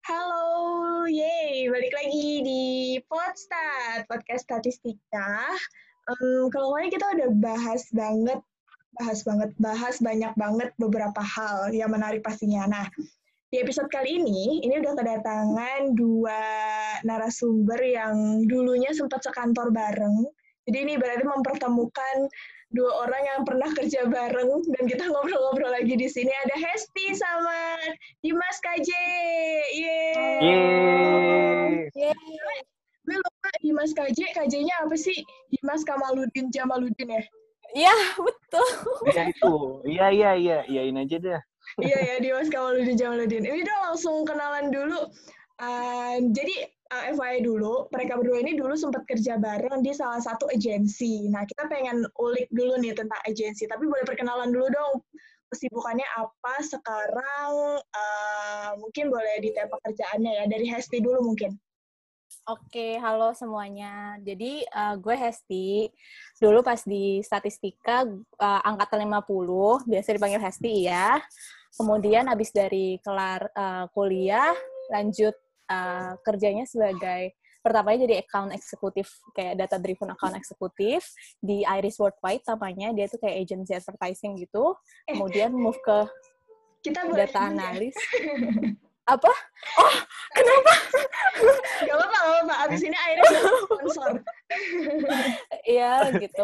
Halo, yeay, balik lagi di Podstat, podcast statistika. Kalau kemarin kita udah bahas banyak banget beberapa hal yang menarik pastinya. Nah, di episode kali ini udah kedatangan dua narasumber yang dulunya sempat sekantor bareng. Jadi ini berarti mempertemukan dua orang yang pernah kerja bareng dan kita ngobrol-ngobrol lagi di sini. Ada Hesti sama Dimas KJ. Yeay. Yeay. Gue lupa Dimas KJ, KJ-nya apa sih? Dimas Kamaludin Jamaludin ya? Iya, betul. Iya itu. Iyain aja deh. Iya ya, Dimas Kamaludin Jamaludin. Ini dong langsung kenalan dulu. Jadi FYI dulu, mereka berdua ini dulu sempat kerja bareng di salah satu agensi. Nah, kita pengen ulik dulu nih tentang agensi, tapi boleh perkenalan dulu dong. Kesibukannya apa sekarang? Mungkin boleh detail pekerjaannya ya, dari Hesti dulu mungkin. Oke, halo semuanya. Jadi, gue Hesti. Dulu pas di statistika, angkatan 50, biasa dipanggil Hesti ya. Kemudian habis dari kelar kuliah, lanjut kerjanya sebagai, pertamanya jadi account eksekutif, kayak data driven account eksekutif di Iris Worldwide namanya. Dia tuh kayak agency advertising gitu. Kemudian move ke kita data analis. Apa? Oh, kenapa? Gak apa-apa. Abis ini akhirnya sponsor. Iya, gitu.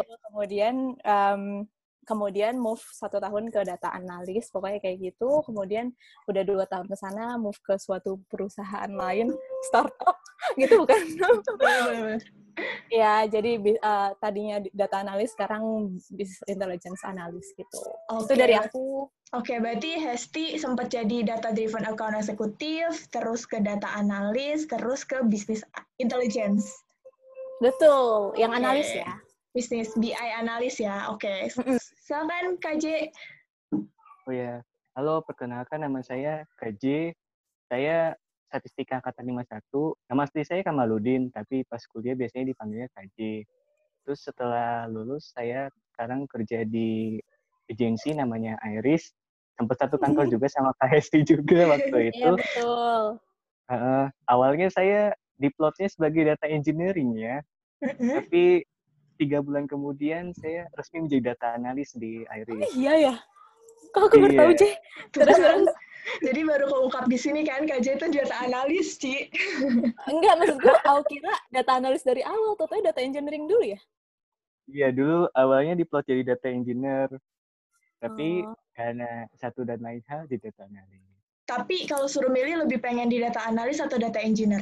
Kemudian move 1 tahun ke data analis, pokoknya kayak gitu. Kemudian udah 2 tahun ke sana, move ke suatu perusahaan lain, startup, gitu bukan? Ya, jadi tadinya data analis, sekarang business intelligence analis gitu. Okay. Itu dari aku. Oke, berarti Hesti sempat jadi data driven account eksekutif, terus ke data analis, terus ke business intelligence. Betul, yang analis ya. Business BI analis ya, oke. Silakan KJ. Oh ya, halo, perkenalkan nama saya KJ. Saya statistika angkatan 51. Nama asli saya Kamaludin, tapi pas kuliah biasanya dipanggilnya KJ. Terus setelah lulus, saya sekarang kerja di agensi namanya Iris. Sempat satu kantor juga sama Kak Hesti juga waktu itu. Iya, betul. Awalnya saya diplotnya sebagai data engineering ya. Tapi 3 bulan kemudian saya resmi menjadi data analis di Iris. Oh, iya ya? Kok aku baru tahu, Jay? Terus. Jadi baru keungkap di sini kan, KJ itu data analis, Ci. Enggak, maksudku, aku kira data analis dari awal, totalnya data engineering dulu ya? Iya, dulu awalnya diplot jadi data engineer. Tapi karena satu dan lain hal di data analis. Tapi kalau suruh milih lebih pengen di data analis atau data engineer?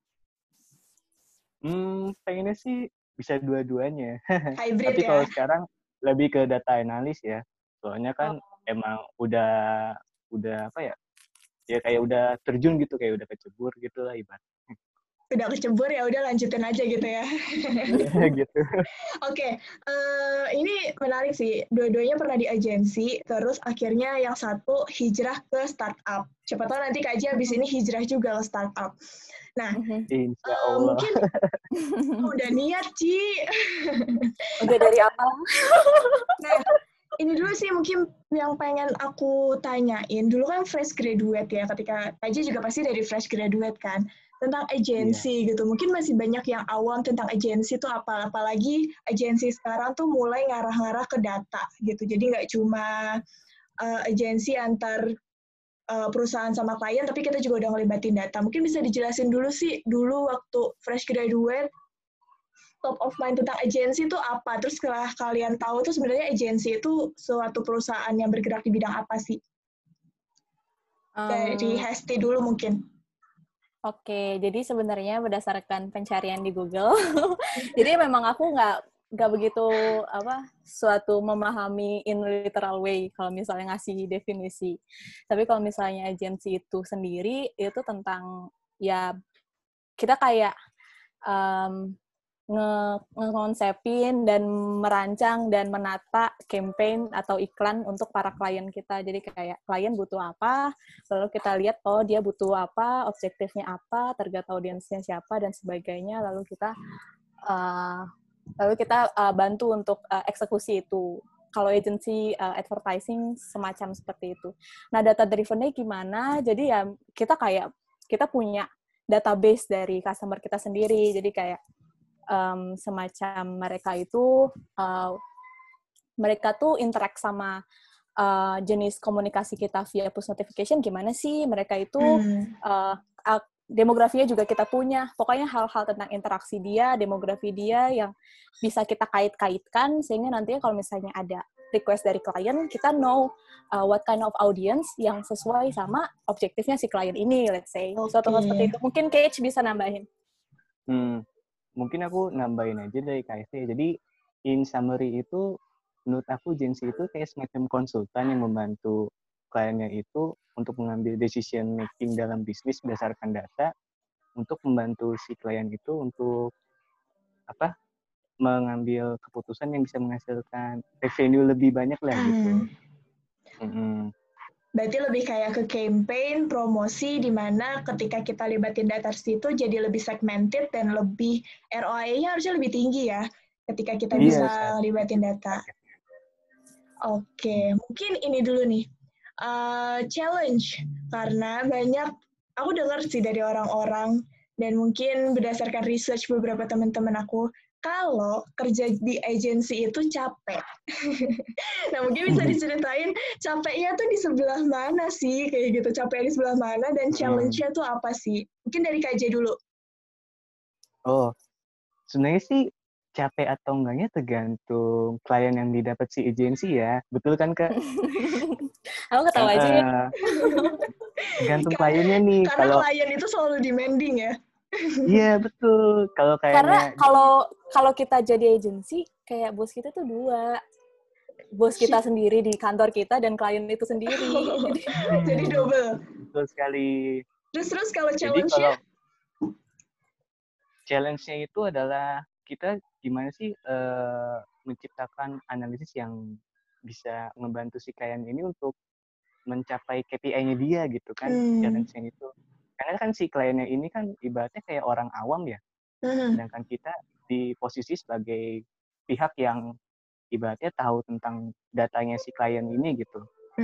Pengennya sih bisa dua-duanya. Hybrid tapi ya? kalau sekarang lebih ke data analis ya. Soalnya kan emang udah apa ya? Ya kayak udah terjun gitu, kayak udah kecebur gitu lah ibaratnya. Udah kecebur ya udah lanjutin aja gitu ya. Gitu. Oke, ini menarik sih. Dua-duanya pernah di agensi, terus akhirnya yang satu hijrah ke startup. Siapa tahu nanti Kak Ji abis ini hijrah juga ke startup. Nah, Insya Allah. mungkin udah niat, Ci. Udah dari awal. Nah, ini dulu sih mungkin yang pengen aku tanyain. Dulu kan fresh graduate ya, ketika Kak Ji juga pasti dari fresh graduate kan. Tentang agensi gitu. Mungkin masih banyak yang awam tentang agensi itu apa. Apalagi agensi sekarang tuh mulai ngarah-ngarah ke data gitu. Jadi nggak cuma agensi antar perusahaan sama klien, tapi kita juga udah ngelibatin data. Mungkin bisa dijelasin dulu sih, dulu waktu fresh graduate, top of mind tentang agensi itu apa? Terus setelah kalian tahu tuh sebenarnya agensi itu suatu perusahaan yang bergerak di bidang apa sih? Dari Hesti dulu mungkin. Oke, jadi sebenarnya berdasarkan pencarian di Google, jadi memang aku nggak begitu suatu memahami in literal way kalau misalnya ngasih definisi. Tapi kalau misalnya agensi itu sendiri itu tentang ya kita kayak ngekonsepin dan merancang dan menata campaign atau iklan untuk para klien kita. Jadi kayak klien butuh apa, lalu kita lihat dia butuh apa, objektifnya apa, target audiensnya siapa dan sebagainya, lalu kita bantu untuk eksekusi itu. Kalau agency advertising semacam seperti itu. Nah, data driven-nya gimana? Jadi ya kita kita punya database dari customer kita sendiri. Jadi kayak semacam mereka tuh interact sama jenis komunikasi kita via push notification gimana sih, mereka itu demografinya juga kita punya. Pokoknya hal-hal tentang interaksi dia, demografi dia yang bisa kita kait-kaitkan sehingga nantinya kalau misalnya ada request dari klien, kita know what kind of audience yang sesuai sama objektifnya si klien ini, let's say. Suatu hal seperti itu. Mungkin Kate bisa nambahin. Mungkin aku nambahin aja dari KST. Jadi, in summary itu, menurut aku agensi itu kayak semacam konsultan yang membantu kliennya itu untuk mengambil decision making dalam bisnis berdasarkan data, untuk membantu si klien itu untuk mengambil keputusan yang bisa menghasilkan revenue lebih banyak lah gitu. Berarti lebih kayak ke campaign, promosi, di mana ketika kita libatin data situ jadi lebih segmented dan lebih ROI-nya harusnya lebih tinggi ya, ketika kita bisa libatin data. Oke, mungkin ini dulu nih, challenge, karena banyak, aku dengar sih dari orang-orang, dan mungkin berdasarkan research beberapa teman-teman aku, kalau kerja di agensi itu capek. Nah, mungkin bisa diceritain capeknya tuh di sebelah mana sih, kayak gitu, capeknya di sebelah mana, dan challenge-nya tuh apa sih? Mungkin dari KJ dulu. Oh, sebenarnya sih capek atau enggaknya tergantung klien yang didapat si agensi ya. Betul kan, Kak? Aku ketawa aja ya. Tergantung kliennya nih. Karena klien itu selalu demanding ya. Iya, betul. Kalau karena kalau kita jadi agensi, kayak bos kita tuh dua. Bos kita sendiri di kantor kita dan klien itu sendiri. Jadi double. Betul sekali. Terus kalau challenge-nya? Challenge-nya itu adalah kita gimana sih menciptakan analisis yang bisa membantu si klien ini untuk mencapai KPI-nya dia gitu kan. Challenge-nya itu. Karena kan si kliennya ini kan ibaratnya kayak orang awam ya. Sedangkan kita di posisi sebagai pihak yang ibaratnya tahu tentang datanya si klien ini gitu.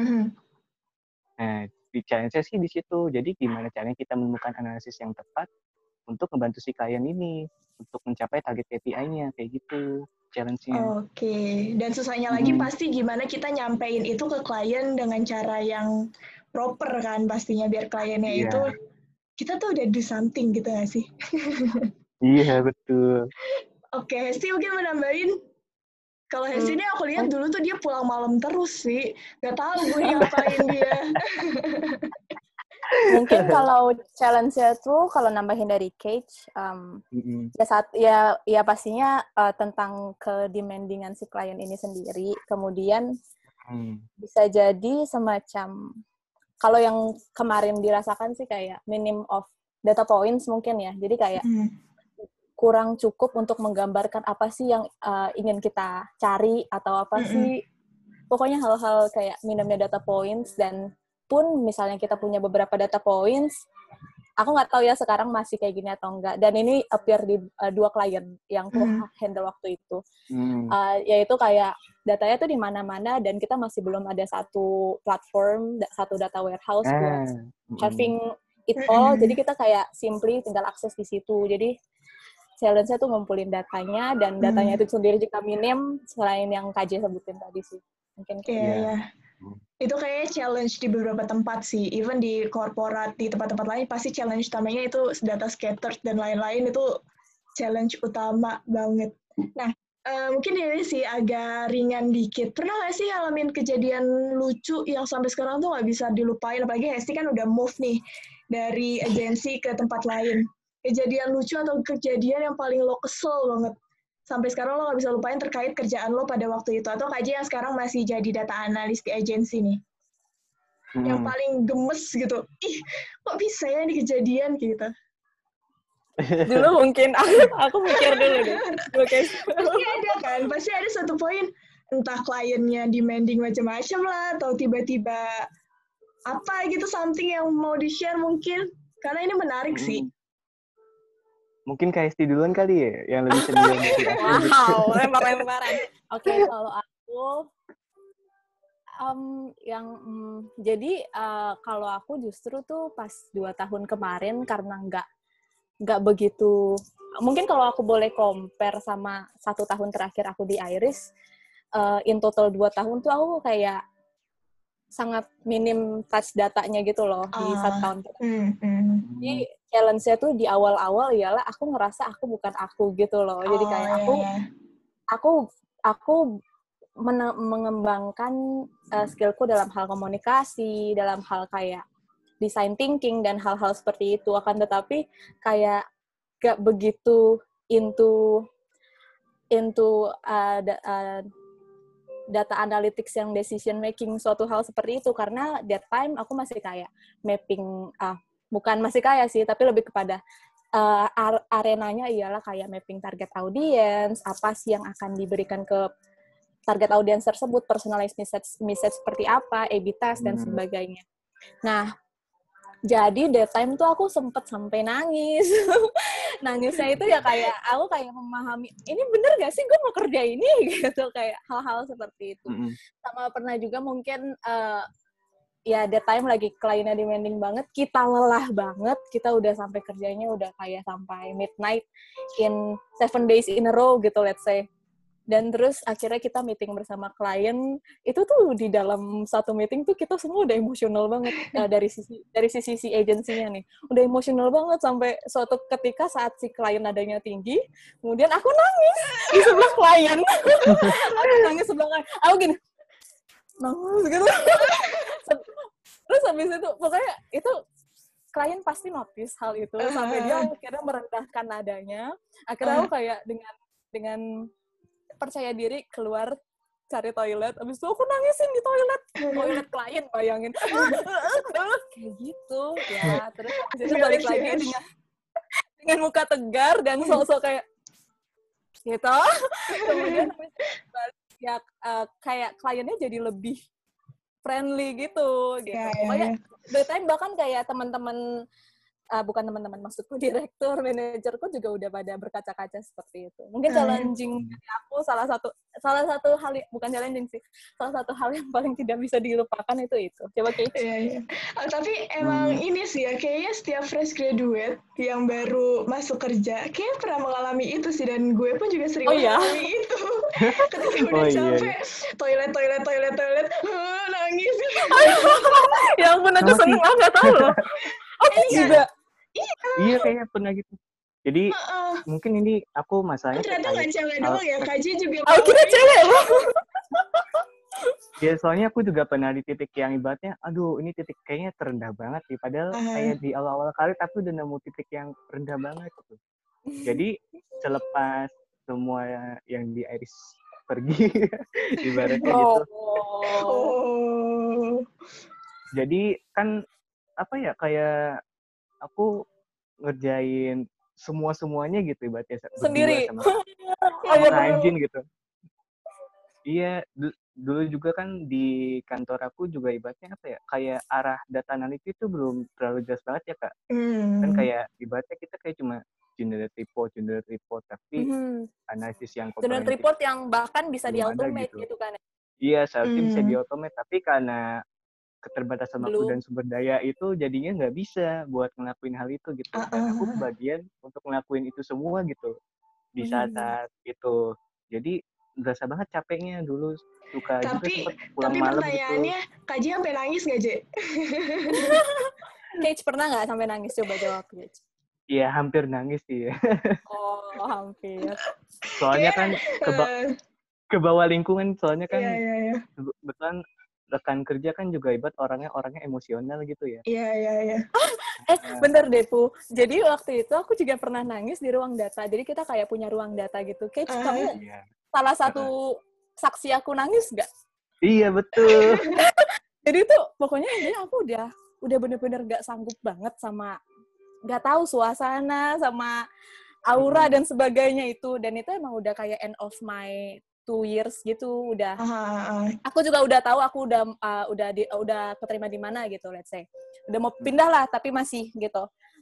Nah, di challenge-nya sih di situ. Jadi gimana caranya kita menemukan analisis yang tepat untuk membantu si klien ini untuk mencapai target KPI-nya, kayak gitu challenge-nya. Oke. Dan susahnya lagi pasti gimana kita nyampein itu ke klien dengan cara yang proper kan pastinya, biar kliennya itu kita tuh udah do something gitu gak sih? Iya, betul. Oke, Hesti mungkin menambahin. Kalau Hesti ini aku lihat dulu tuh dia pulang malam terus sih. Gak tahu gue ngapain dia. Mungkin kalau challenge-nya tuh, kalau nambahin dari Cage, ya pastinya tentang kedemandingan si klien ini sendiri. Kemudian bisa jadi semacam, kalau yang kemarin dirasakan sih kayak minimum of data points mungkin ya. Jadi kayak kurang cukup untuk menggambarkan apa sih yang ingin kita cari atau apa sih. Pokoknya hal-hal kayak minimnya data points, dan pun misalnya kita punya beberapa data points, aku nggak tahu ya sekarang masih kayak gini atau enggak. Dan ini appear di 2 klien yang tuh handle waktu itu. Yaitu kayak datanya tuh di mana-mana dan kita masih belum ada satu platform, satu data warehouse buat having it all. Jadi kita kayak simply tinggal akses di situ. Jadi challenge-nya tuh ngumpulin datanya, dan datanya itu sendiri juga minim selain yang KJ sebutin tadi sih. Mungkin Iya. Itu kayaknya challenge di beberapa tempat sih. Even di korporat, di tempat-tempat lain pasti challenge utamanya itu data scattered dan lain-lain, itu challenge utama banget. Nah, mungkin ini sih agak ringan dikit. Pernah nggak sih ngalamin kejadian lucu yang sampai sekarang tuh nggak bisa dilupain? Apalagi Hesti kan udah move nih dari agensi ke tempat lain. Kejadian lucu atau kejadian yang paling lo kesel banget sampai sekarang lo nggak bisa lupain terkait kerjaan lo pada waktu itu, atau KJ yang sekarang masih jadi data analis di agensi nih, yang paling gemes gitu, ih kok bisa ya ini kejadian gitu. Dulu mungkin aku mikir dulu deh. Pasti ada satu poin, entah kliennya demanding macam-macam lah, atau tiba-tiba apa gitu, something yang mau di-share mungkin, karena ini menarik sih. Mungkin KST duluan kali ya, yang lebih senior dari aku. Wow, lempar-lemparan. Oke, kalau aku, Jadi kalau aku justru tuh pas 2 tahun kemarin karena nggak begitu, mungkin kalau aku boleh compare sama 1 tahun terakhir aku di Iris, in total 2 tahun tuh aku kayak sangat minim touch datanya gitu loh di 1 tahun terakhir. Jadi challenge-nya tuh di awal-awal ialah aku ngerasa aku bukan aku gitu loh. Jadi kayak aku mengembangkan skillku dalam hal komunikasi, dalam hal kayak design thinking dan hal-hal seperti itu. Akan tetapi kayak gak begitu into data analytics yang decision making suatu hal seperti itu, karena that time aku masih kayak mapping, bukan masih kayak sih, tapi lebih kepada arenanya ialah kayak mapping target audience, apa sih yang akan diberikan ke target audience tersebut, personalized message seperti apa, A/B test dan sebagainya. Nah, jadi that time tuh aku sempet sampai nangis. Nangisnya itu ya kayak aku kayak memahami, ini bener gak sih gue mau kerja ini gitu, kayak hal-hal seperti itu. Sama pernah juga mungkin ya that time lagi kliennya demanding banget, kita lelah banget, kita udah sampai kerjanya udah kayak sampai midnight in 7 days in a row gitu, let's say. Dan terus akhirnya kita meeting bersama klien, itu tuh di dalam satu meeting tuh kita semua udah emosional banget, dari sisi si agensinya nih. Udah emosional banget sampai suatu ketika saat si klien nadanya tinggi, kemudian aku nangis di sebelah klien. Aku nangis sebelah klien. Aku gini, nangis gitu. Terus habis itu, pokoknya itu klien pasti notice hal itu, sampai dia akhirnya merendahkan nadanya. Akhirnya aku kayak dengan percaya diri keluar cari toilet, abis itu aku nangisin di toilet klien, bayangin. Kayak gitu ya. Terus abis itu balik lagi dengan muka tegar dan sok-sok kayak gitu. Kemudian balik ya, kayak kliennya jadi lebih friendly gitu. Pokoknya the time bahkan kayak teman-teman, bukan teman-teman, maksudku direktur, manajerku juga udah pada berkaca-kaca seperti itu. Mungkin challenging dari aku salah satu hal, bukan challenging sih, salah satu hal yang paling tidak bisa dilupakan itu. Coba Kate. Iya. Tapi emang ini sih ya, kayaknya setiap fresh graduate yang baru masuk kerja, kayaknya pernah mengalami itu sih, dan gue pun juga sering mengalami itu. Ketika udah capek, toilet, nangis. Ya ampun, aku seneng banget tau loh. Oke juga. Iya, kayaknya pernah gitu. Jadi mungkin ini aku masalahnya ternyata nggak cewek doang ya, Kaji juga. Kita cewek loh. Ya, soalnya aku juga pernah di titik yang ibaratnya, aduh ini titik kayaknya terendah banget sih. Padahal kayak di awal-awal karir, tapi udah nemu titik yang rendah banget gitu. Jadi selepas semua yang di Iris pergi, ibaratnya gitu. Jadi kan apa ya, kayak aku ngerjain semuanya gitu ibaratnya sendiri sama rajin gitu. Iya, dulu juga kan di kantor aku juga ibaratnya apa ya, kayak arah data analytics itu belum terlalu jelas banget ya Kak. Kan kayak ibaratnya kita kayak cuma generate report, tapi analisis yang generate report yang bahkan bisa di-automate gitu kan. Iya, seharusnya bisa di-automate, tapi karena keterbatasan waktu dan sumber daya itu jadinya nggak bisa buat ngelakuin hal itu gitu. Dan aku kebagian untuk ngelakuin itu semua gitu di saat itu. Jadi berasa banget capeknya dulu, suka juga sempat pulang malam gitu. Tapi pertanyaannya, Kaji sampai nangis nggak, Je? Kate pernah nggak sampai nangis? Coba jawab, Kate. Iya, hampir nangis sih. Oh, hampir. Soalnya kan ke bawah lingkungan, soalnya kan kebetulan rekan kerja kan juga ibarat orangnya emosional gitu ya. Iya. Bener deh, Pu. Jadi waktu itu aku juga pernah nangis di ruang data. Jadi kita kayak punya ruang data gitu. Kate, kamu salah satu saksi aku nangis nggak? Iya, betul. Jadi tuh pokoknya intinya aku udah bener-bener nggak sanggup banget sama, nggak tahu suasana, sama aura dan sebagainya itu. Dan itu emang udah kayak end of my 2 years gitu, udah. Aku juga udah tahu aku udah keterima di mana gitu, let's say. Udah mau pindah lah, tapi masih gitu.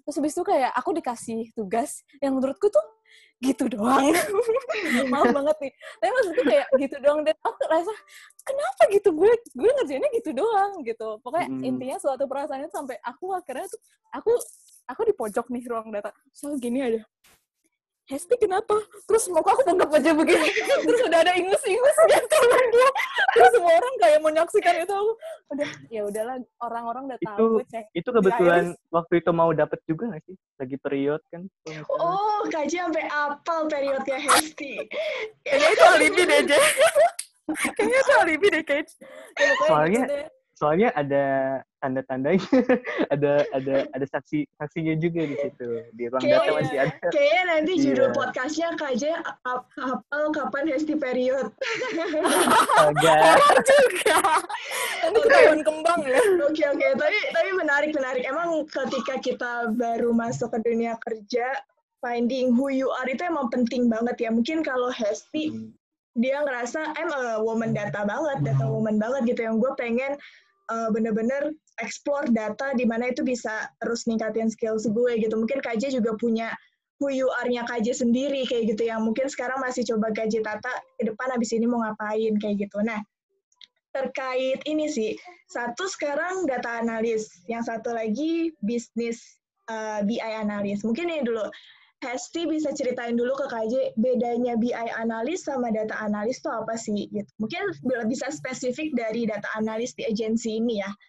Terus habis itu kayak aku dikasih tugas yang menurutku tuh gitu doang. Maaf banget nih. Tapi maksudku kayak gitu doang, dan aku rasa kenapa gitu, gue ngerjainnya gitu doang gitu. Pokoknya intinya suatu perasaan itu sampai aku akhirnya tuh aku di pojok nih ruang data. So gini aja. Hesti kenapa? Terus muka aku bengkak aja begini. Terus udah ada ingus-ingusnya tangan dia. Terus semua orang kayak menyaksikan itu, aku udah ya udahlah, orang-orang udah tahu gue cek. Itu kebetulan waktu itu mau dapet juga nggak sih? Lagi period kan? Oh, Kaji sampai apal periodnya Hesti. Kayaknya itu alibi deh, Je. Kayaknya itu alibi deh, Kate. Soalnya ada tanda-tandanya, ada saksinya juga di situ, di ruang data masih ada. Kayaknya nanti judul podcastnya KJ hafal kapan Hesti period. Horor juga. Nanti ketahuan kembang ya. Oke. Tapi menarik. Emang ketika kita baru masuk ke dunia kerja, finding who you are itu emang penting banget ya. Mungkin kalau Hesti dia ngerasa I'm a woman data woman banget gitu, yang gue pengen bener-bener explore data di mana itu bisa terus ningkatin skills gue gitu. Mungkin KJ juga punya who you are-nya KJ sendiri kayak gitu, yang mungkin sekarang masih coba KJ tata ke depan abis ini mau ngapain kayak gitu. Nah, terkait ini sih, satu sekarang data analis, yang satu lagi bisnis BI analis. Mungkin ini dulu, Hesti bisa ceritain dulu ke KJ bedanya BI analis sama data analis itu apa sih? Gitu. Mungkin bisa spesifik dari data analis di agensi ini ya.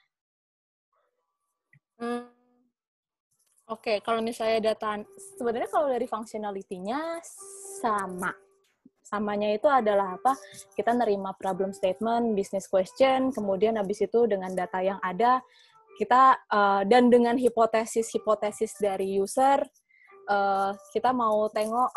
Oke, kalau misalnya sebenarnya kalau dari functionality-nya sama. Samanya itu adalah apa? Kita nerima problem statement, business question, kemudian habis itu dengan data yang ada, kita dan dengan hipotesis dari user, kita mau tengok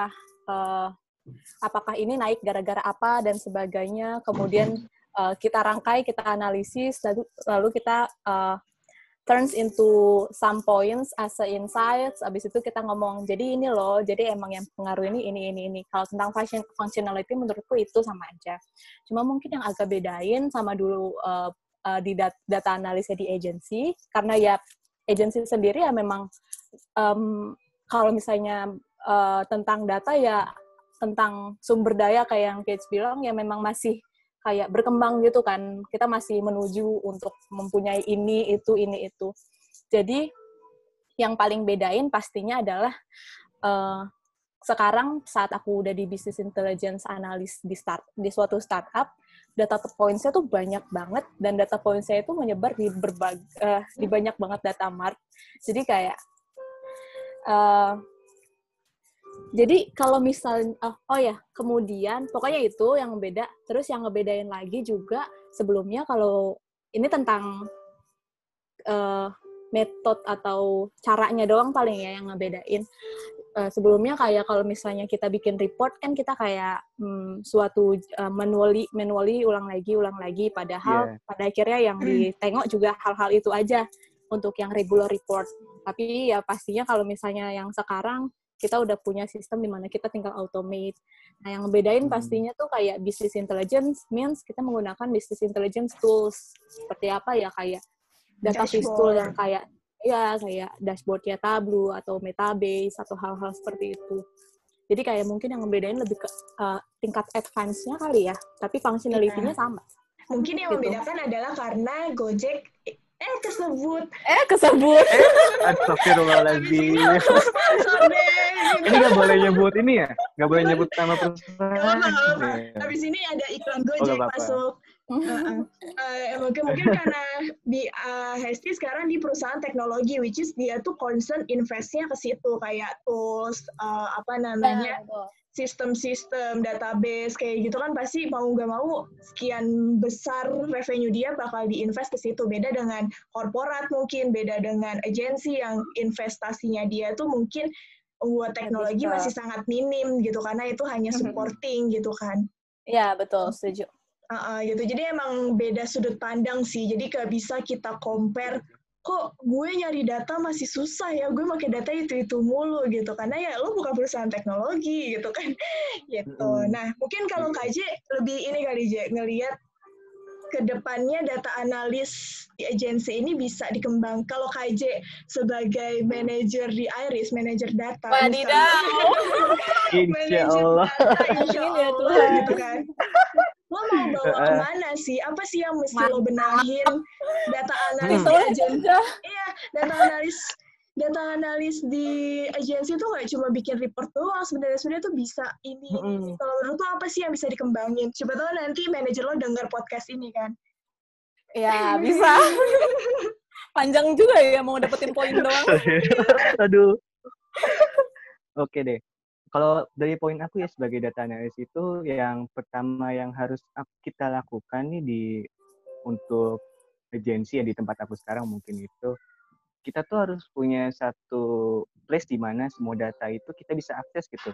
apakah ini naik gara-gara apa dan sebagainya. Kemudian kita rangkai, kita analisis, lalu kita turns into some points as a insights. Abis itu kita ngomong, jadi ini loh, jadi emang yang pengaruh ini. Kalau tentang functionality menurutku itu sama aja. Cuma mungkin yang agak bedain sama dulu di data analisnya di agency, karena ya agency sendiri ya memang kalau misalnya tentang data ya tentang sumber daya kayak yang Kate bilang ya memang masih kayak berkembang gitu kan. Kita masih menuju untuk mempunyai ini, itu. Jadi, yang paling bedain pastinya adalah sekarang saat aku udah di business intelligence analyst di suatu startup, data points-nya tuh banyak banget, dan data points-nya itu menyebar di banyak banget data mart. Jadi kayak, jadi kalau misalnya, kemudian pokoknya itu yang beda. Terus yang ngebedain lagi juga sebelumnya, kalau ini tentang metode atau caranya doang paling ya yang ngebedain. Sebelumnya kayak kalau misalnya kita bikin report kan kita kayak suatu manually ulang lagi, padahal pada akhirnya yang ditengok juga hal-hal itu aja untuk yang regular report. Tapi ya pastinya kalau misalnya yang sekarang kita udah punya sistem di mana kita tinggal automate. Nah, yang ngebedain pastinya tuh kayak business intelligence means kita menggunakan business intelligence tools. Seperti apa ya, kayak database tool yang kayak dashboard-nya Tableau atau Metabase atau hal-hal seperti itu. Jadi kayak mungkin yang ngebedain lebih ke tingkat advance-nya kali ya, tapi functionality-nya sama. Mungkin yang membedakan adalah karena Gojek kesebut. Astagfirullahaladzim. Ini nggak boleh nyebut ini ya? Nggak boleh nyebut nama perusahaan. Habis ini ada iklan Gojek masuk. Mungkin karena di Hesti sekarang di perusahaan teknologi, which is dia tuh concern investnya ke situ, kayak tools, sistem-sistem, database, kayak gitu kan pasti mau nggak mau sekian besar revenue dia bakal diinvest ke situ. Beda dengan korporat mungkin, beda dengan agensi yang investasinya dia tuh mungkin buat teknologi masih sangat minim gitu, karena itu hanya supporting gitu kan. Iya, betul, setuju. Gitu. Jadi emang beda sudut pandang sih. Jadi nggak bisa kita compare, kok gue nyari data masih susah ya, gue pakai data itu mulu gitu, karena ya lo bukan perusahaan teknologi gitu kan. Gitu. Nah, mungkin kalau KJ lebih ini kali, J, ngelihat kedepannya data analis di agensi ini bisa dikembang. Kalau KJ sebagai manajer di Iris, manajer data, Wadidaw. Insya Allah. Insya Amin ya Allah Tuhan. gitu kan. Lo mau bawa kemana sih? Apa sih yang mesti lo benahin? Data analis di agensi. Iya, data analis di agensi itu nggak cuma bikin report doang. Sebenarnya tuh bisa ini. Kalau menurut lo apa sih yang bisa dikembangin? Coba tahu nanti manajer lo dengar podcast ini kan. Ya, bisa. Panjang juga ya mau dapetin poin doang. Aduh. Oke deh. Kalau dari poin aku ya sebagai data analis itu yang pertama yang harus kita lakukan nih untuk agensi ya di tempat aku sekarang mungkin itu kita tuh harus punya satu place di mana semua data itu kita bisa akses gitu.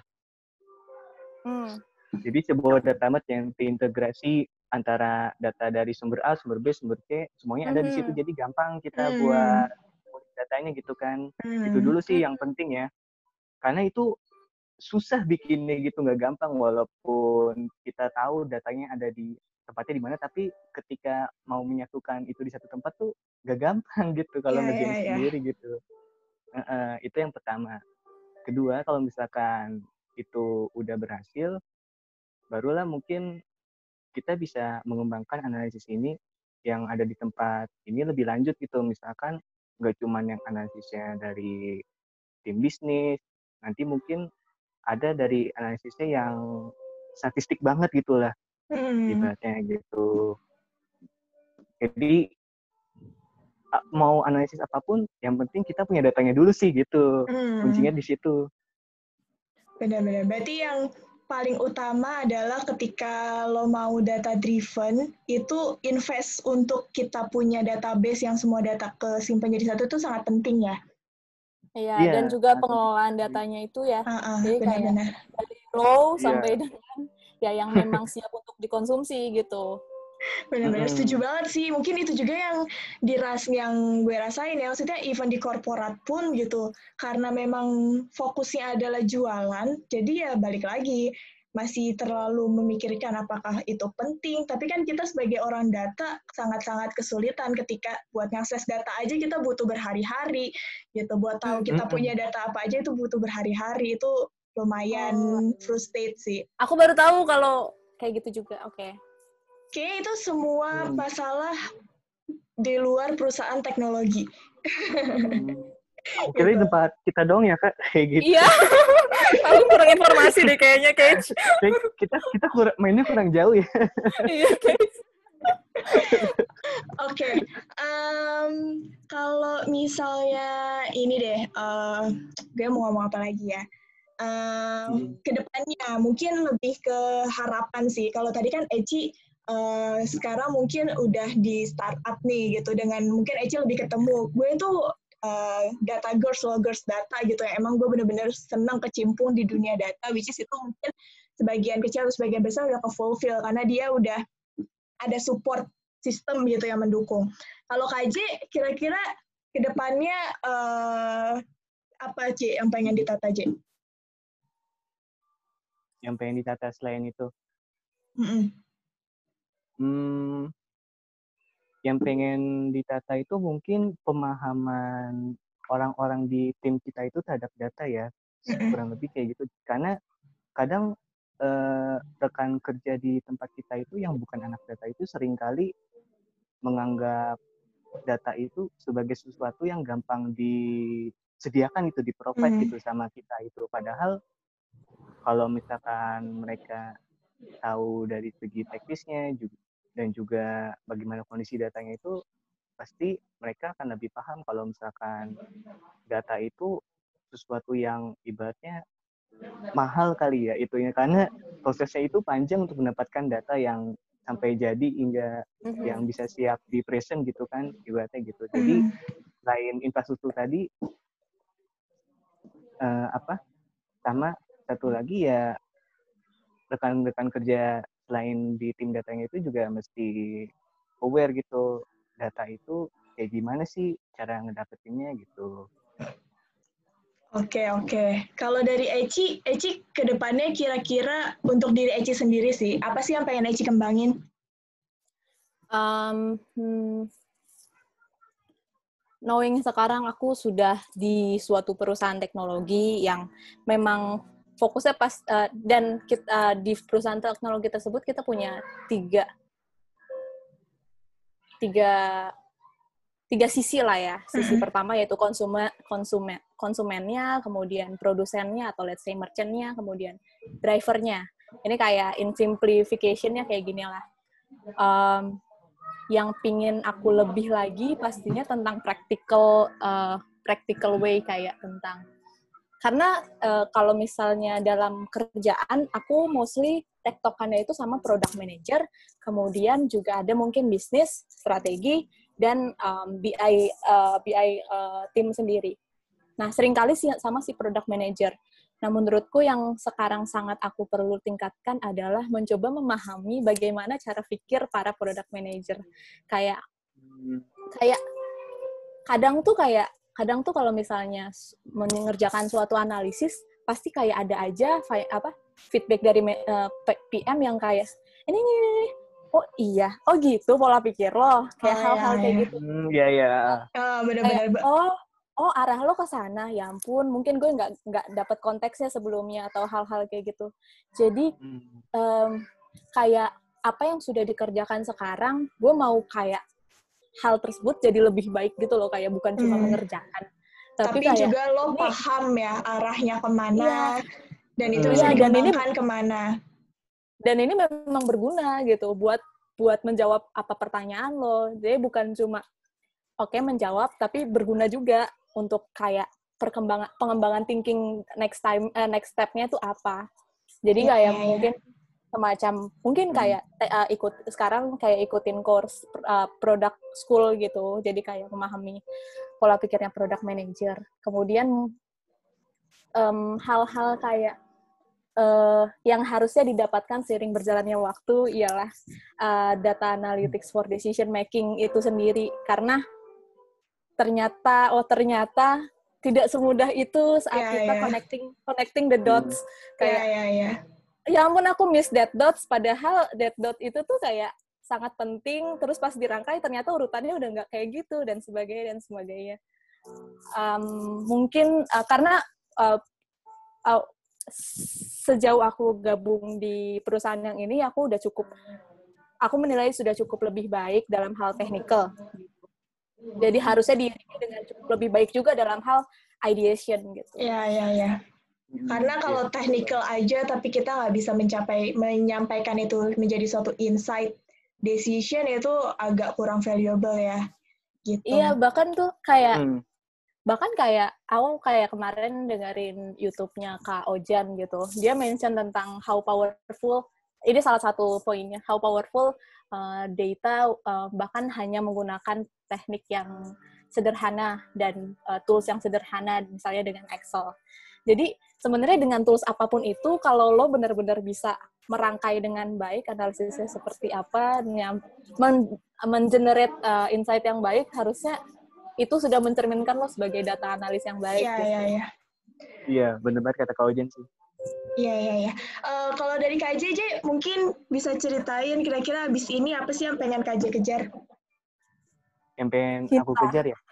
Jadi sebuah data mart yang terintegrasi antara data dari sumber A, sumber B, sumber C, semuanya ada di situ. Jadi gampang kita buat datanya gitu kan. Itu dulu sih yang penting ya. Karena itu susah bikinnya gitu, nggak gampang walaupun kita tahu datanya ada di tempatnya di mana, tapi ketika mau menyatukan itu di satu tempat tuh nggak gampang gitu kalau ngerjain sendiri gitu. Itu yang pertama. Kedua, kalau misalkan itu udah berhasil, barulah mungkin kita bisa mengembangkan analisis ini yang ada di tempat ini lebih lanjut gitu. Misalkan nggak cuma yang analisisnya dari tim bisnis, nanti mungkin ada dari analisisnya yang statistik banget gitulah, ibaratnya gitu. Jadi mau analisis apapun, yang penting kita punya datanya dulu sih gitu. Kuncinya di situ. Benar-benar. Berarti yang paling utama adalah ketika lo mau data driven, itu invest untuk kita punya database yang semua data kesimpan jadi satu itu sangat penting ya. Iya, dan juga pengelolaan datanya itu ya. Jadi kayak dari low sampai dengan ya yang memang siap untuk dikonsumsi gitu. Benar-benar setuju banget sih. Mungkin itu juga yang yang gue rasain ya. Maksudnya even di korporat pun gitu. Karena memang fokusnya adalah jualan, jadi ya balik lagi. Masih terlalu memikirkan apakah itu penting. Tapi kan kita sebagai orang data sangat-sangat kesulitan ketika buat ngakses data aja kita butuh berhari-hari. Gitu. Buat tahu kita punya data apa aja itu butuh berhari-hari. Itu lumayan frustrate sih. Aku baru tahu kalau kayak gitu juga. Oke. Kayaknya itu semua masalah di luar perusahaan teknologi. Kira di tempat kita dong ya Kak, kayak gitu. Iya, aku kurang informasi deh kayaknya, Kate. Kita mainnya kurang jauh ya. Iya, Kate. Oke, kalau misalnya ini deh, gue mau ngomong apa lagi ya? Kedepannya mungkin lebih ke harapan sih. Kalau tadi kan Eci sekarang mungkin udah di startup nih gitu, dengan mungkin Eci lebih ketemu. Gue tuh data girls data gitu ya. Emang gue bener-bener senang kecimpung di dunia data, which is itu mungkin sebagian kecil atau sebagian besar udah ke-fulfill karena dia udah ada support sistem gitu yang mendukung. Kalau KJ, kira-kira kedepannya apa J yang pengen ditata J? Yang pengen ditata selain itu? Yang pengen ditata itu mungkin pemahaman orang-orang di tim kita itu terhadap data ya, kurang lebih kayak gitu. Karena kadang rekan kerja di tempat kita itu yang bukan anak data itu seringkali menganggap data itu sebagai sesuatu yang gampang disediakan itu, di-provide gitu sama kita itu. Padahal kalau misalkan mereka tahu dari segi teknisnya dan juga bagaimana kondisi datanya itu, pasti mereka akan lebih paham kalau misalkan data itu sesuatu yang ibaratnya mahal kali ya itunya, karena prosesnya itu panjang untuk mendapatkan data yang sampai jadi hingga yang bisa siap di present gitu kan, ibaratnya gitu. Jadi selain infrastruktur tadi, sama satu lagi ya rekan-rekan kerja selain di tim datanya itu juga mesti aware gitu, data itu kayak gimana sih cara ngedapetinnya gitu. Oke. Kalau dari Eci ke depannya kira-kira untuk diri Eci sendiri sih, apa sih yang pengen Eci kembangin? Knowing sekarang aku sudah di suatu perusahaan teknologi yang memang fokusnya dan kita di perusahaan teknologi tersebut kita punya tiga sisi lah ya. Sisi pertama yaitu konsumennya, kemudian produsennya atau let's say merchant-nya, kemudian drivernya. Ini kayak in simplification-nya kayak gini lah. Yang pingin aku lebih lagi pastinya tentang practical way, kayak tentang karena kalau misalnya dalam kerjaan aku mostly tektokannya itu sama product manager, kemudian juga ada mungkin bisnis, strategi, dan BI tim sendiri. Nah, seringkali sama si product manager. Nah, menurutku yang sekarang sangat aku perlu tingkatkan adalah mencoba memahami bagaimana cara pikir para product manager. Kayak kadang tuh kalau misalnya mengerjakan suatu analisis, pasti kayak ada aja feedback dari PM yang kayak ini oh iya, oh gitu pola pikir lo, kayak hal-hal kayak gitu. Iya. Benar-benar. Oh arah lo ke sana, ya ampun, mungkin gue nggak dapat konteksnya sebelumnya atau hal-hal kayak gitu. Jadi kayak apa yang sudah dikerjakan sekarang, gue mau kayak hal tersebut jadi lebih baik gitu loh, kayak bukan cuma mengerjakan. Tapi kayak, juga lo paham ya arahnya kemana, dan itu bisa dikembangkan kemana. Dan ini memang berguna gitu buat menjawab apa pertanyaan lo. Jadi bukan cuma menjawab, tapi berguna juga untuk kayak pengembangan thinking next step-nya itu apa. Jadi kayak mungkin semacam kayak ikutin course product school gitu. Jadi kayak memahami pola pikirnya product manager. Kemudian hal-hal kayak yang harusnya didapatkan seiring berjalannya waktu ialah data analytics for decision making itu sendiri, karena ternyata tidak semudah itu saat kita connecting the dots. Kayak ya ampun, aku miss that dots, padahal that dot itu tuh kayak sangat penting, terus pas dirangkai ternyata urutannya udah nggak kayak gitu, dan sebagainya. Mungkin karena sejauh aku gabung di perusahaan yang ini, aku menilai sudah cukup lebih baik dalam hal technical. Jadi harusnya diiringi dengan cukup lebih baik juga dalam hal ideation gitu. Iya. Karena kalau technical aja, tapi kita nggak bisa menyampaikan itu menjadi suatu insight, decision itu agak kurang valuable ya. Gitu. Iya, bahkan kayak aku kayak kemarin dengerin YouTube-nya Kak Ojan gitu. Dia mention tentang how powerful, ini salah satu poinnya, how powerful data bahkan hanya menggunakan teknik yang sederhana dan tools yang sederhana, misalnya dengan Excel. Jadi sebenarnya dengan tools apapun itu, kalau lo benar-benar bisa merangkai dengan baik, analisisnya seperti apa, men-generate insight yang baik, harusnya itu sudah mencerminkan lo sebagai data analis yang baik. Iya, benar banget kata Kak Ojen sih. Iya. Kalau dari Kak JJ, mungkin bisa ceritain kira-kira abis ini apa sih yang pengen Kak JJ kejar? Yang pengen aku kejar ya?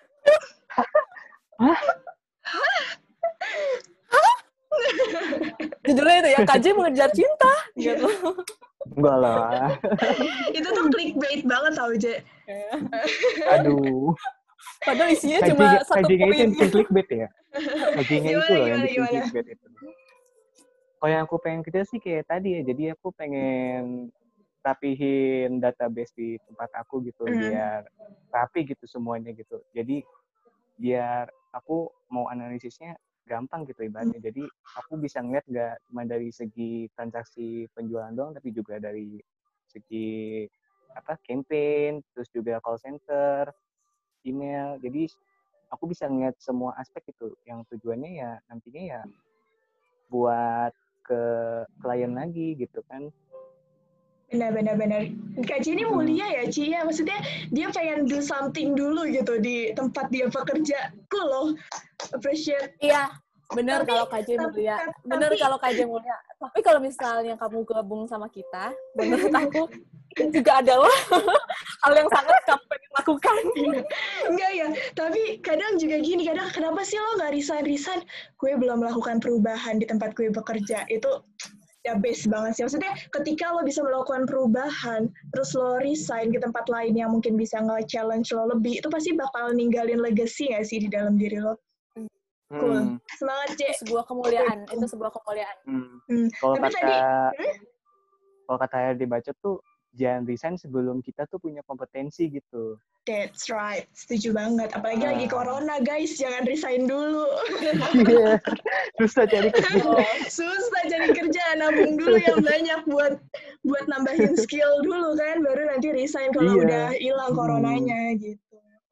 Judulnya itu ya, KJ mengejar cinta gitu. Enggak lah. Itu tuh clickbait banget tau, J. Aduh. Padahal isinya cuma satu poin. Kajinya itu yang bikin clickbait ya? Kajinya itu loh yang bikin clickbait itu. Kalau yang aku pengen kejar sih kayak tadi ya, jadi aku pengen rapihin database di tempat aku gitu, biar rapi gitu semuanya gitu. Jadi biar aku mau analisisnya gampang gitu ibaratnya. Jadi aku bisa ngeliat nggak cuma dari segi transaksi penjualan doang, tapi juga dari segi campaign, terus juga call center, email. Jadi aku bisa ngeliat semua aspek itu, yang tujuannya ya nantinya ya buat ke klien lagi gitu kan. Benar. Kak Ci ini mulia ya, Ci ya. Maksudnya dia pengen do something dulu gitu di tempat dia bekerja. Cool loh. Appreciate. Iya, benar kalau Kak Ci mulia. Benar kalau Kak Ci mulia. Tapi kalau misalnya kamu gabung sama kita, menurut aku juga adalah hal yang sangat kamu pengen lakukan. Enggak ya, tapi kadang juga gini, kadang kenapa sih lo nggak resign? Gue belum melakukan perubahan di tempat gue bekerja. Itu ya best banget sih. Maksudnya ketika lo bisa melakukan perubahan, terus lo resign ke tempat lain yang mungkin bisa nge-challenge lo lebih, itu pasti bakal ninggalin legacy nggak sih di dalam diri lo? Cool. Semangat, Cek. Itu sebuah kemuliaan. Kalau Tapi kata tadi, kalau kata dibaca tuh jangan resign sebelum kita tuh punya kompetensi gitu. that's right. Setuju banget. Apalagi lagi corona, guys. Jangan resign dulu. Iya. Susah cari kerja. Susah cari kerja. Nabung dulu yang banyak buat nambahin skill dulu kan. Baru nanti resign kalau udah hilang coronanya gitu.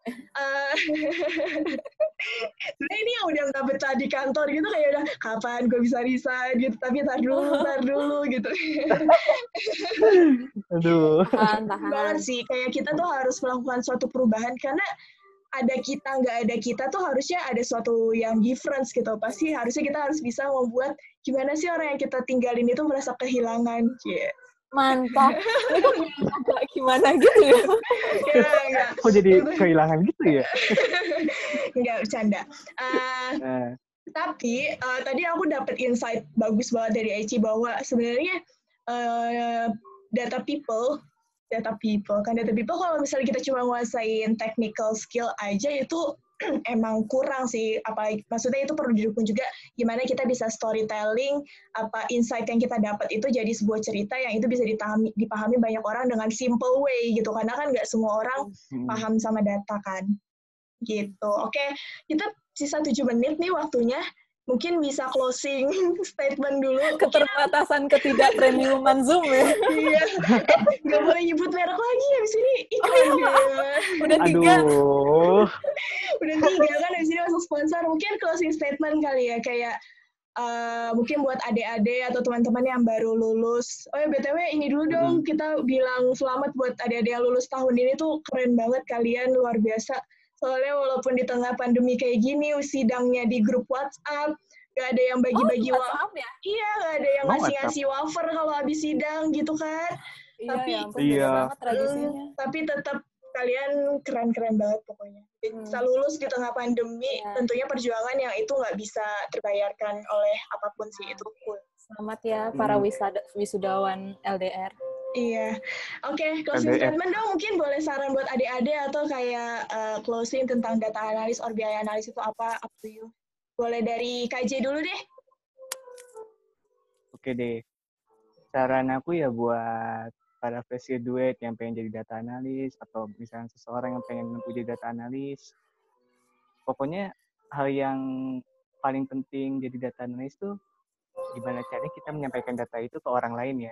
Sebenarnya ini yang udah nggak betah di kantor gitu kayak udah kapan gue bisa resign gitu, tapi tar dulu gitu. Aduh. Tahan. Banget sih, kayak kita tuh harus melakukan suatu perubahan karena ada kita nggak ada kita tuh harusnya ada suatu yang difference gitu. Pasti harusnya kita harus bisa membuat gimana sih orang yang kita tinggalin itu merasa kehilangan. Yeah. Mantap. Agak gimana gitu ya? Ya, enggak. Kok jadi kehilangan gitu ya? Enggak, bercanda. Tapi tadi aku dapat insight bagus banget dari Aici bahwa sebenarnya data people kalau misalnya kita cuma nguasain technical skill aja itu emang kurang sih, apalagi maksudnya itu perlu didukung juga gimana kita bisa storytelling apa insight yang kita dapat itu jadi sebuah cerita yang itu bisa dipahami banyak orang dengan simple way gitu, karena kan nggak semua orang paham sama data kan gitu. Oke, kita sisa 7 menit nih waktunya. Mungkin bisa closing statement dulu. Keterbatasan ketidakpremiuman Zoom ya. Iya. Nggak boleh nyebut merek lagi abis ini iklan dia. Udah 3. Udah 3 kan abis ini masuk sponsor. Mungkin closing statement kali ya. Kayak mungkin buat adik-adik atau teman-teman yang baru lulus. Oh ya BTW ini dulu dong. Kita bilang selamat buat adik-adik yang lulus tahun ini tuh keren banget kalian. Luar biasa. Soalnya walaupun di tengah pandemi kayak gini, sidangnya di grup WhatsApp, gak ada yang bagi-bagi WhatsApp ya? Iya, gak ada yang ngasih-ngasih wafer kalau habis sidang gitu kan. Iya, banget tradisinya. Tapi tetap kalian keren-keren banget pokoknya. Bisa lulus di tengah pandemi, tentunya perjuangan yang itu nggak bisa terbayarkan oleh apapun sih, itu cool. Selamat ya para wisudawan LDR. Iya. Oke, closing statement dong. Mungkin boleh saran buat adik-adik atau kayak closing tentang data analis or BI analis itu apa? Up to you. Boleh dari KJ dulu deh. Oke deh. Saran aku ya buat para fresh graduate yang pengen jadi data analis atau misalnya seseorang yang pengen menempuh jadi data analis. Pokoknya hal yang paling penting jadi data analis tuh gimana caranya kita menyampaikan data itu ke orang lain ya.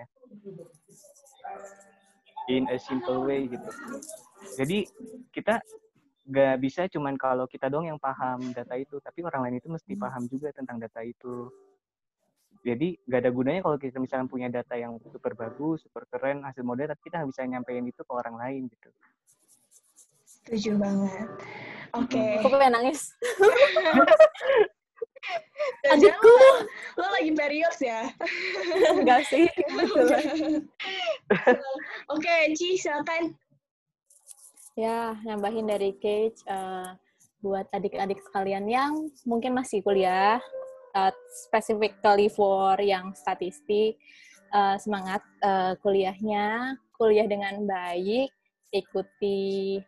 In a simple way gitu. Jadi kita nggak bisa cuman kalau kita doang yang paham data itu, tapi orang lain itu mesti paham juga tentang data itu. Jadi nggak ada gunanya kalau kita misalnya punya data yang super bagus, super keren, hasil model, tapi kita nggak bisa nyampein itu ke orang lain gitu. Setuju banget. Oke. Aku pengen nangis. Adikku, lo lagi period ya? Enggak sih. Oke, Ci, silakan. Ya, nambahin dari Cage, buat adik-adik sekalian yang mungkin masih kuliah, specifically for yang statistik, semangat kuliahnya, kuliah dengan baik, ikuti,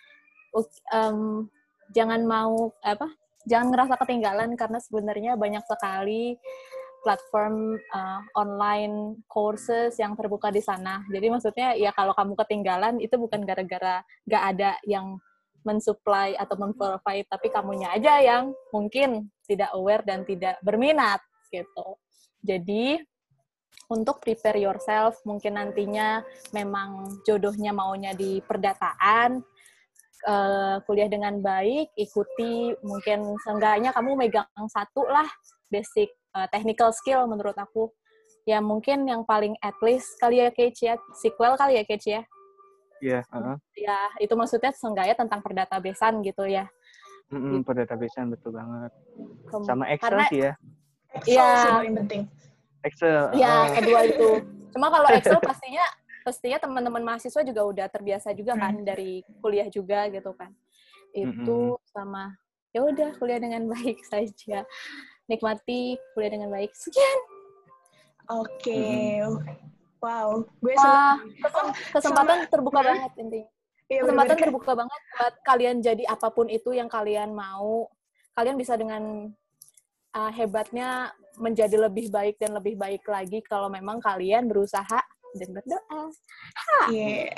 jangan ngerasa ketinggalan karena sebenarnya banyak sekali platform online courses yang terbuka di sana. Jadi maksudnya ya kalau kamu ketinggalan itu bukan gara-gara gak ada yang mensupply atau memprovide, tapi kamunya aja yang mungkin tidak aware dan tidak berminat gitu. Jadi untuk prepare yourself, mungkin nantinya memang jodohnya maunya di perdataan, kuliah dengan baik, ikuti, mungkin seenggaknya kamu megang satu lah basic technical skill menurut aku. Ya mungkin yang paling at least kali ya Kece ya, SQL kali ya Kece ya. Iya. Ya itu maksudnya seenggaknya tentang perdatabasean gitu ya. Perdatabasean betul banget. Sama Excel karena, sih ya. Excel sih paling penting. Excel. Ya kedua itu. Cuma kalau Excel pastinya pastinya teman-teman mahasiswa juga udah terbiasa juga kan dari kuliah juga gitu kan. Itu sama ya udah kuliah dengan baik saja. Nikmati kuliah dengan baik. Sekian. Oke. Wow, gue Wah, senang. kesempatan terbuka banget intinya. Iya, Kesempatan bener-bener. terbuka banget buat kalian jadi apapun itu yang kalian mau. Kalian bisa dengan hebatnya menjadi lebih baik dan lebih baik lagi kalau memang kalian berusaha dan berdoa. Iya.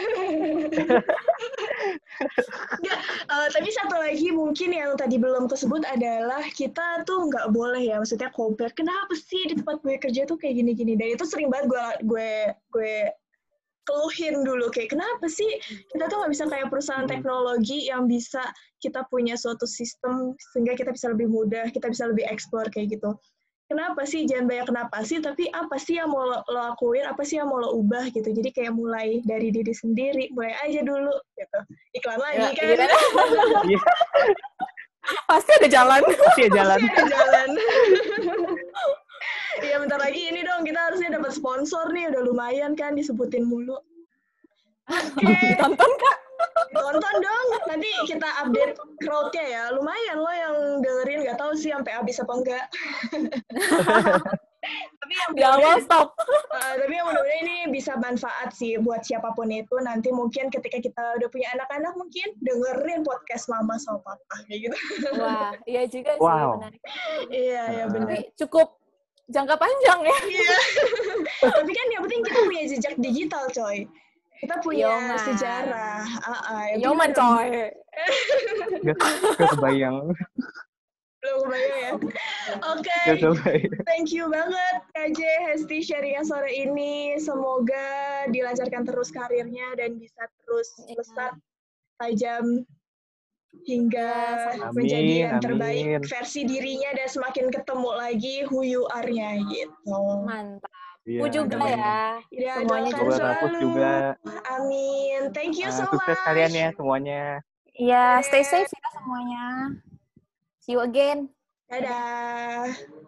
Tapi satu lagi mungkin yang tadi belum tersebut adalah kita tuh nggak boleh ya, maksudnya compare. Kenapa sih di tempat gue kerja tuh kayak gini-gini? Dan itu sering banget gue keluhin dulu kayak kenapa sih kita tuh nggak bisa kayak perusahaan teknologi yang bisa kita punya suatu sistem sehingga kita bisa lebih mudah, kita bisa lebih explore kayak gitu. Kenapa sih? Jangan banyak kenapa sih, tapi apa sih yang mau lo lakuin, apa sih yang mau lo ubah gitu. Jadi kayak mulai dari diri sendiri, mulai aja dulu gitu. Iklan lagi kan? Pasti ada jalan. Pasti ada jalan. Iya, bentar lagi ini dong, kita harusnya dapat sponsor nih, udah lumayan kan disebutin mulu. Oke. Tonton Kak? Tonton dong, nanti kita update crowd-nya ya. Lumayan lo yang dengerin, nggak tahu sih sampai habis apa enggak. Tapi yang di awal stop. Tapi yang mudah-mudahan ini bisa manfaat sih buat siapapun itu. Nanti mungkin ketika kita udah punya anak-anak mungkin dengerin podcast mama sama papa kayak gitu. Wah, iya juga sih menarik. Iya, benar. Tapi cukup jangka panjang ya. Iya. Tapi kan yang penting kita punya jejak digital, coy. Kita punya sejarah. Yoman, coy. Gak kebayang. Belum kebayang ya? Oke. Thank you banget, KJ Hesti sharing sore ini. Semoga dilancarkan terus karirnya dan bisa terus besar, tajam, hingga menjadi yang terbaik versi dirinya dan semakin ketemu lagi who you are-nya gitu. Mantap. Aku juga ya. Semuanya juga. Amin. Thank you so much. Sukses kalian ya semuanya. Iya, stay safe ya semuanya. See you again. Dadah.